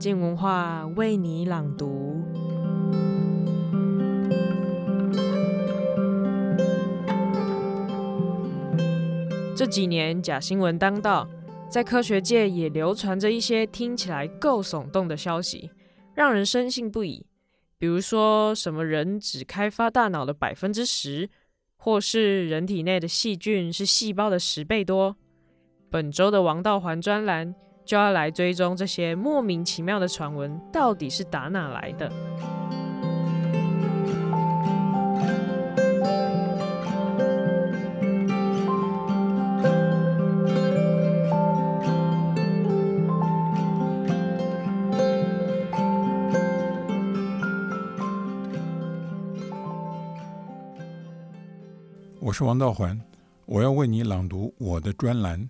静文化为你朗读。这几年假新闻当道，在科学界也流传着一些听起来够耸动的消息，让人深信不疑。比如说什么人只开发大脑的10%，或是人体内的细菌是细胞的10倍多。本周的王道环专栏就要来追踪这些莫名其妙的传闻到底是打哪来的。 我是王道环，我要为你朗读我的专栏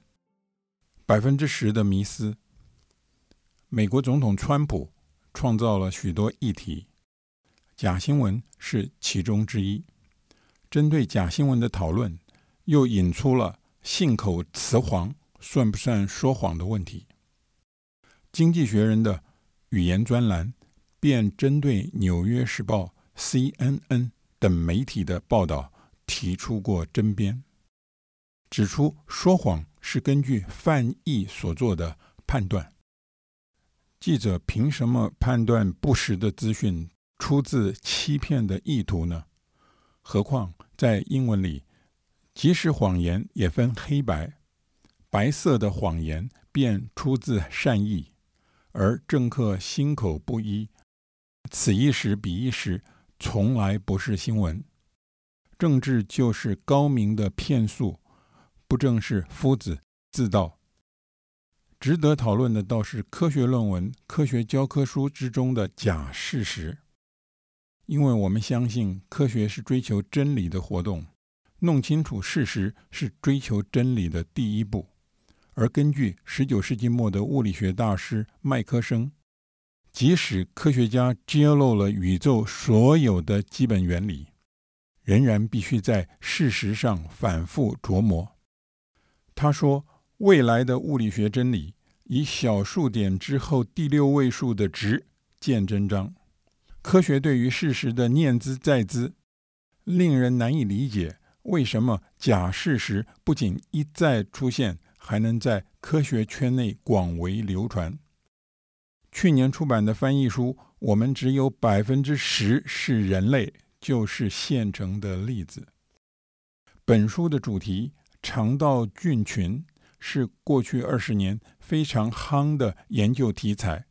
10%的迷思。美国总统川普创造了许多议题，假新闻是其中之一。针对假新闻的讨论，又引出了信口雌黄算不算说谎的问题。经济学人的语言专栏便针对纽约时报、CNN 等媒体的报道提出过争辩，指出说谎是根据犯意所做的判断。记者凭什么判断不实的资讯出自欺骗的意图呢？何况在英文里，即使谎言也分黑白，白色的谎言便出自善意，而政客心口不一，此一时彼一时，从来不是新闻。政治就是高明的骗术，不正是夫子自道。值得讨论的倒是科学论文、科学教科书之中的假事实。因为我们相信科学是追求真理的活动，弄清楚事实是追求真理的第一步。而根据19世纪末的物理学大师麦克生，即使科学家揭露了宇宙所有的基本原理，仍然必须在事实上反复琢磨。他说，未来的物理学真理以小数点之后第6位数的值见真章。科学对于事实的念兹在兹，令人难以理解为什么假事实不仅一再出现，还能在科学圈内广为流传。去年出版的翻译书《我们只有10%是人类》就是现成的例子。本书的主题肠道菌群是过去20年非常夯的研究题材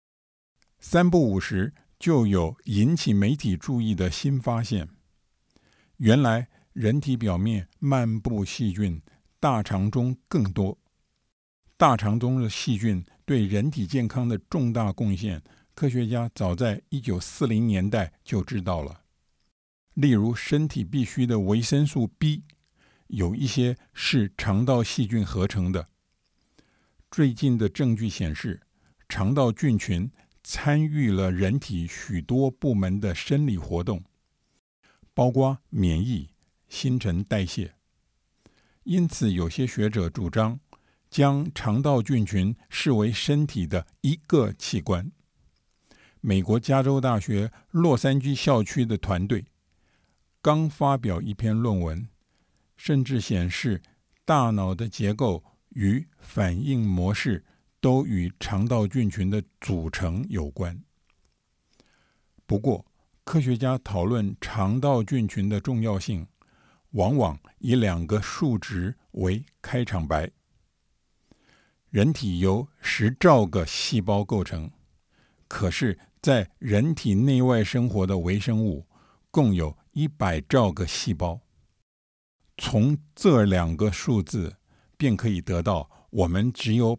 ，3不5时就有引起媒体注意的新发现。原来人体表面漫步细菌，大肠中更多。大肠中的细菌对人体健康的重大贡献，科学家早在1940年代就知道了。例如身体必需的维生素 B， 有一些是肠道细菌合成的。最近的证据显示，肠道菌群参与了人体许多部门的生理活动，包括免疫、新陈代谢。因此有些学者主张将肠道菌群视为身体的一个器官。美国加州大学洛杉矶校区的团队刚发表一篇论文，甚至显示大脑的结构与反应模式都与肠道菌群的组成有关。不过，科学家讨论肠道菌群的重要性，往往以2个数值为开场白。人体由10兆个细胞构成，可是在人体内外生活的微生物共有100兆个细胞。从这2个数字便可以得到我们只有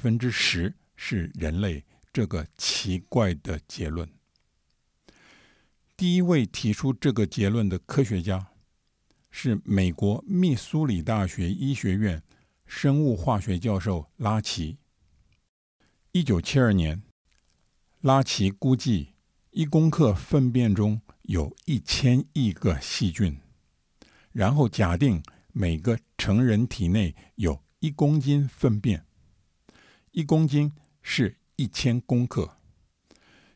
10%是人类这个奇怪的结论。第一位提出这个结论的科学家是美国密苏里大学医学院生物化学教授拉奇。1972年，拉奇估计1公克粪便中有1000亿个细菌，然后假定每个成人体内有1公斤粪便，1公斤是1000公克，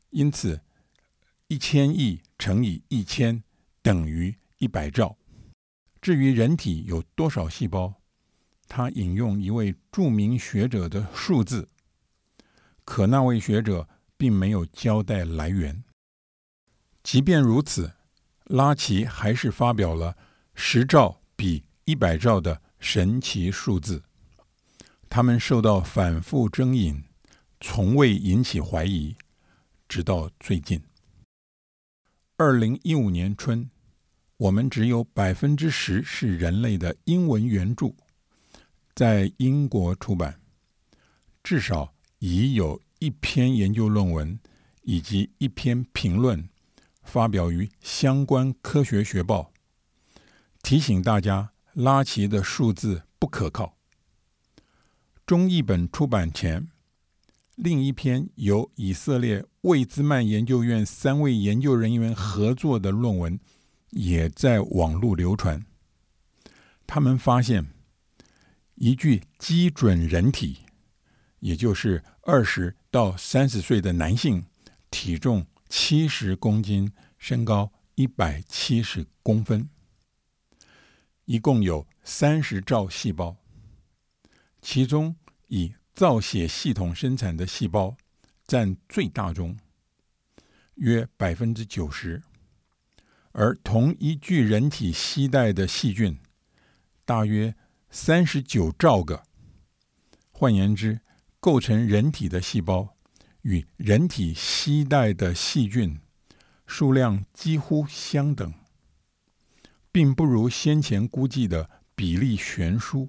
因此1000亿乘以1000等于100兆。至于人体有多少细胞，他引用一位著名学者的数字，可那位学者并没有交代来源。即便如此，拉奇还是发表了10兆比100兆的神奇数字。他们受到反复争引，从未引起怀疑，直到最近。2015年春，我们只有 10% 是人类的英文原著，在英国出版，至少已有1篇研究论文以及1篇评论发表于相关科学学报，提醒大家拉奇的数字不可靠。中译本出版前，另一篇由以色列魏兹曼研究院3位研究人员合作的论文也在网络流传。他们发现，一具基准人体，也就是20到30岁的男性，体重70公斤，身高170公分，一共有30兆细胞，其中以造血系统生产的细胞占最大宗，约 90%， 而同一具人体携带的细菌大约39兆个。换言之，构成人体的细胞与人体携带的细菌数量几乎相等，并不如先前估计的比例悬殊。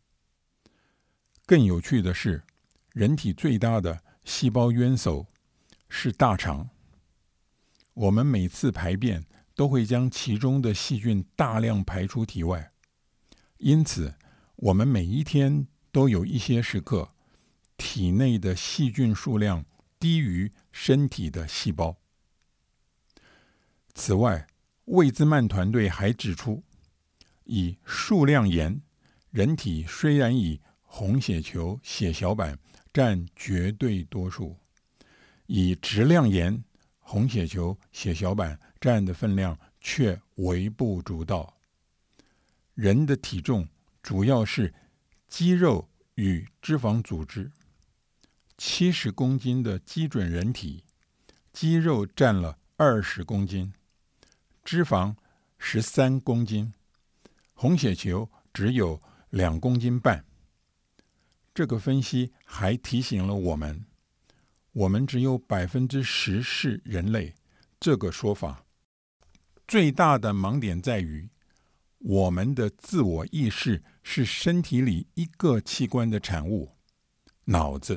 更有趣的是，人体最大的细胞元首是大肠。我们每次排便都会将其中的细菌大量排出体外，因此我们每一天都有一些时刻，体内的细菌数量低于身体的细胞。此外，魏兹曼团队还指出，以数量言，人体虽然以红血球、血小板占绝对多数，以质量言，红血球、血小板占的分量却微不足道。人的体重主要是肌肉与脂肪组织，70公斤的基准人体，肌肉占了20公斤，脂肪13公斤，红血球只有2公斤半。这个分析还提醒了我们只有 10% 是人类这个说法最大的盲点在于，我们的自我意识是身体里一个器官的产物，脑子。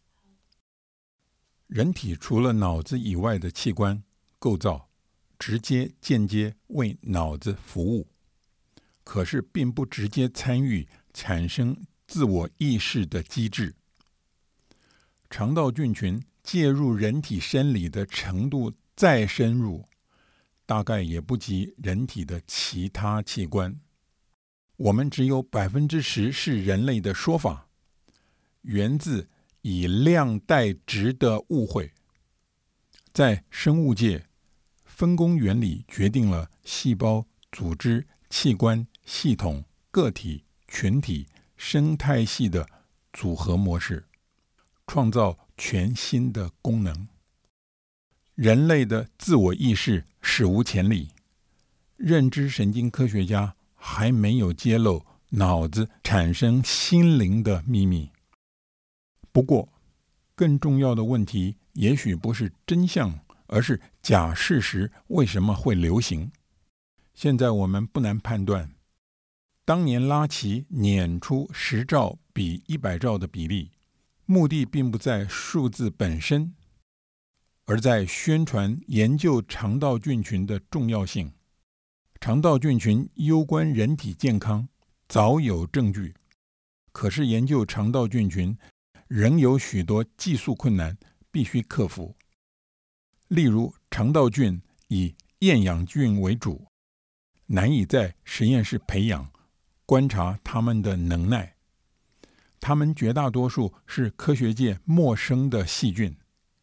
人体除了脑子以外的器官构造，直接间接为脑子服务，可是并不直接参与产生自我意识的机制。肠道菌群介入人体生理的程度再深入，大概也不及人体的其他器官。我们只有 10% 是人类的说法，源自以量代质的误会。在生物界，分工原理决定了细胞、组织、器官、系统、个体、群体、生态系的组合模式，创造全新的功能。人类的自我意识史无前例，认知神经科学家还没有揭露脑子产生心灵的秘密。不过，更重要的问题也许不是真相，而是假事实为什么会流行。现在我们不难判断，当年拉奇捻出10兆比100兆的比例，目的并不在数字本身，而在宣传研究肠道菌群的重要性。肠道菌群攸关人体健康，早有证据。可是研究肠道菌群仍有许多技术困难必须克服。例如，肠道菌以厌氧菌为主，难以在实验室培养，观察它们的能耐。它们绝大多数是科学界陌生的细菌，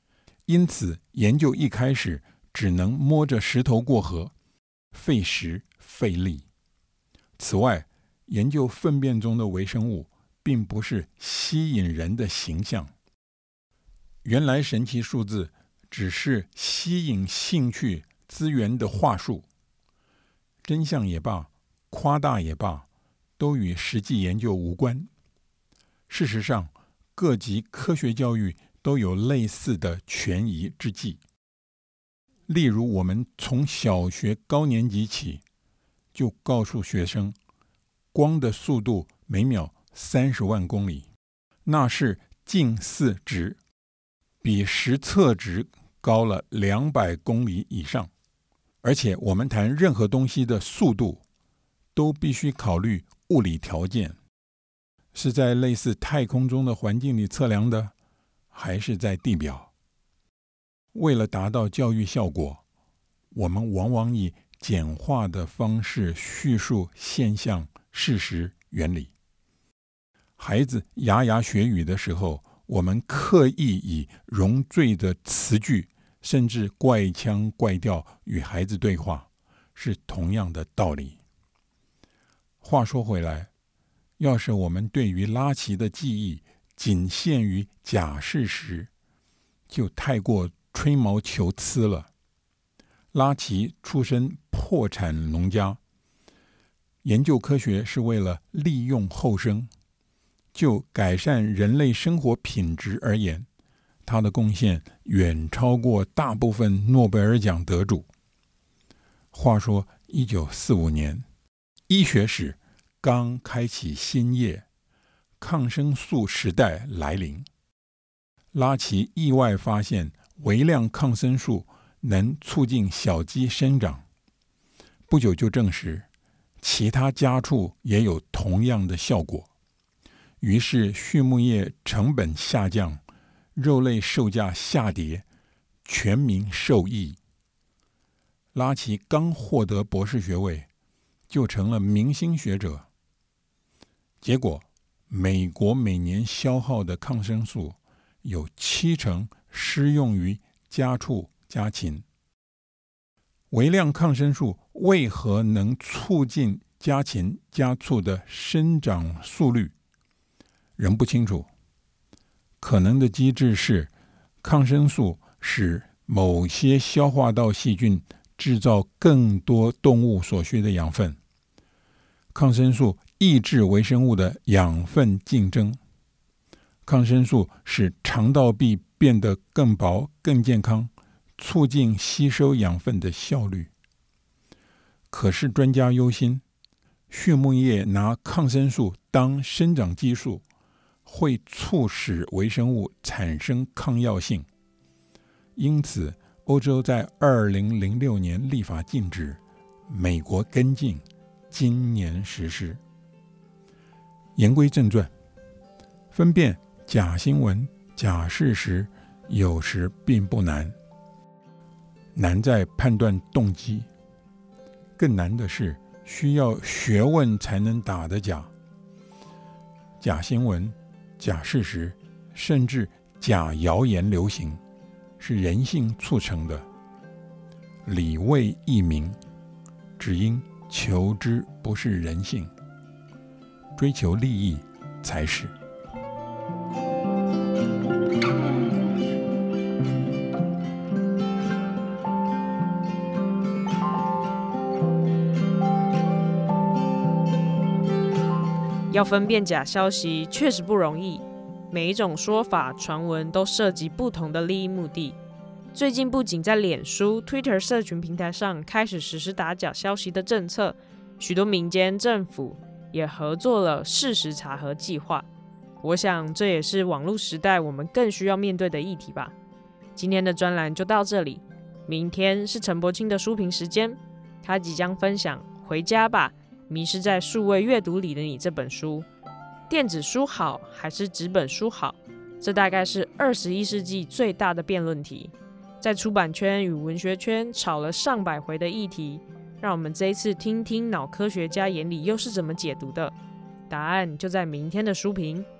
因此研究一开始只能摸着石头过河，费时费力。此外，研究粪便中的微生物并不是吸引人的形象。原来神奇数字只是吸引兴趣资源的话术，真相也罢，夸大也罢，都与实际研究无关。事实上，各级科学教育都有类似的权宜之计。例如，我们从小学高年级起就告诉学生，光的速度每秒30万公里，那是近似值，比实测值高了200公里以上。而且我们谈任何东西的速度都必须考虑物理条件，是在类似太空中的环境里测量的，还是在地表。为了达到教育效果，我们往往以简化的方式叙述现象、事实、原理。孩子牙牙学语的时候，我们刻意以冗赘的词句甚至怪腔怪调与孩子对话，是同样的道理。话说回来，要是我们对于拉齐的记忆仅限于假事实，就太过吹毛求疵了。拉齐出身破产农家，研究科学是为了利用后生。就改善人类生活品质而言，他的贡献远超过大部分诺贝尔奖得主。话说1945年，医学史刚开启新页，抗生素时代来临。拉齐意外发现微量抗生素能促进小鸡生长，不久就证实其他家畜也有同样的效果。于是畜牧业成本下降，肉类售价下跌，全民受益。拉齐刚获得博士学位，就成了明星学者。结果，美国每年消耗的抗生素有70%施用于家畜家禽。微量抗生素为何能促进家禽家畜的生长速率？仍不清楚。可能的机制是，抗生素使某些消化道细菌制造更多动物所需的养分。抗生素抑制微生物的养分竞争。抗生素使肠道壁变得更薄、更健康，促进吸收养分的效率。可是专家忧心，畜牧业拿抗生素当生长激素，会促使微生物产生抗药性。因此，欧洲在2006年立法禁止，美国跟进，今年实施。言归正传，分辨假新闻、假事实有时并不难，难在判断动机，更难的是需要学问才能打得假。假新闻、假事实，甚至假谣言流行，是人性促成的。理为义民，只因求之不是人性，追求利益才是。 要分辨假消息确实不容易，每一种说法、传闻都涉及不同的利益目的。最近不仅在脸书、Twitter 社群平台上开始实施打假消息的政策，许多民间政府也合作了事实查核计划。我想这也是网络时代我们更需要面对的议题吧。今天的专栏就到这里，明天是陈柏青的书评时间，他即将分享《回家吧，迷失在数位阅读里的你》这本书。电子书好还是纸本书好？这大概是21世纪最大的辩论题，在出版圈与文学圈吵了上百回的议题。让我们这一次听听脑科学家眼里又是怎么解读的，答案就在明天的书评。